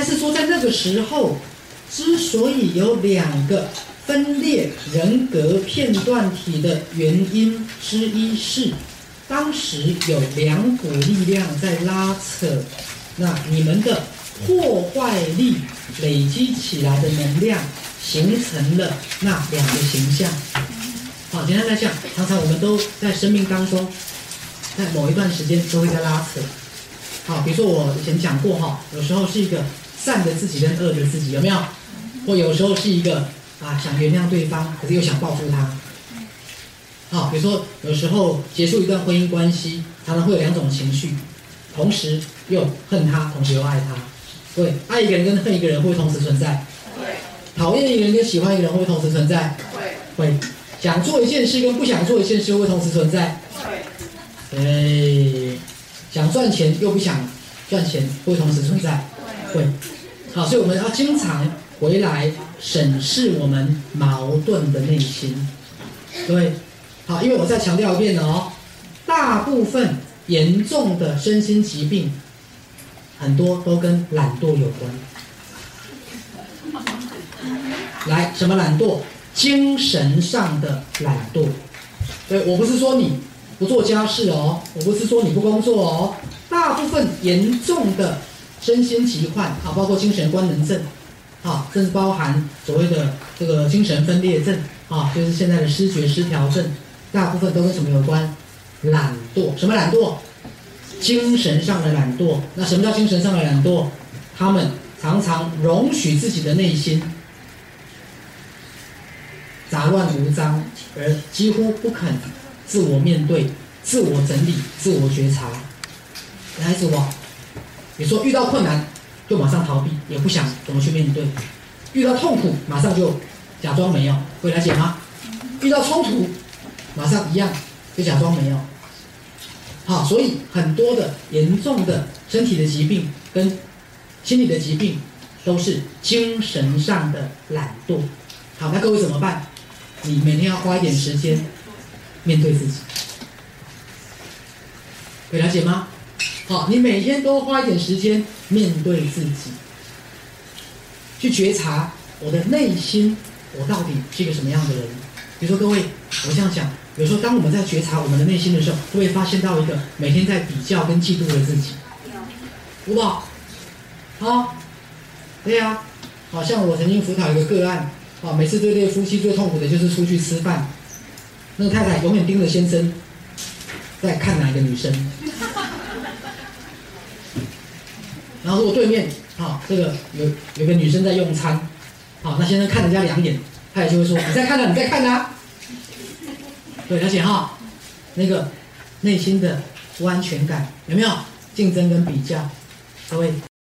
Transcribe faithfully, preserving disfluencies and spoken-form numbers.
但是说在那个时候，之所以有两个分裂人格片段体的原因之一是，当时有两股力量在拉扯，那你们的破坏力累积起来的能量，形成了那两个形象。好，简单来讲，常常我们都在生命当中，在某一段时间都会在拉扯。好，比如说我以前讲过哈，有时候是一个善的自己跟恶的自己，有没有？或有时候是一个啊想原谅对方，可是又想报复他。好，比如说有时候结束一段婚姻关系，常常会有两种情绪，同时又恨他，同时又爱他。对，爱一个人跟恨一个人会不会同时存在？ 会。 讨厌一个人跟喜欢一个人会不会同时存在？ 会。 会。想做一件事跟不想做一件事会不会同时存在？ 会。 对。想赚钱又不想赚钱会不会同时存在？会。好，所以我们要经常回来审视我们矛盾的内心。对。好，因为我再强调一遍了哦，大部分严重的身心疾病，很多都跟懒惰有关。来，什么懒惰？精神上的懒惰。对，我不是说你不做家事哦，我不是说你不工作哦，大部分严重的身心疾患啊，包括精神官能症啊，甚至包含所谓的这个精神分裂症啊，就是现在的失觉失调症，大部分都跟什么有关？懒惰。什么懒惰？精神上的懒惰。那什么叫精神上的懒惰？他们常常容许自己的内心杂乱无章，而几乎不肯自我面对、自我整理、自我觉察。还有什么？你说遇到困难就马上逃避，也不想怎么去面对；遇到痛苦马上就假装没有，会了解吗？遇到冲突马上一样就假装没有。好，所以很多的严重的身体的疾病跟心理的疾病都是精神上的懒惰。好，那各位怎么办？你每天要花一点时间面对自己，可以了解吗？好，你每天都花一点时间面对自己，去觉察我的内心，我到底是一个什么样的人。比如说各位，我这样讲，有时候当我们在觉察我们的内心的时候，会不会发现到一个每天在比较跟嫉妒的自己？有，好不好？好，对呀、啊，好像我曾经辅导一个个案。啊，每次对这夫妻最痛苦的就是出去吃饭，那个太太永远盯着先生在看哪一个女生，然后如果对面啊这个有有个女生在用餐，啊那先生看人家两眼，他也就会说你在看啊，你在看啊，对，了解哈，那个内心的不安全感有没有？竞争跟比较，各位。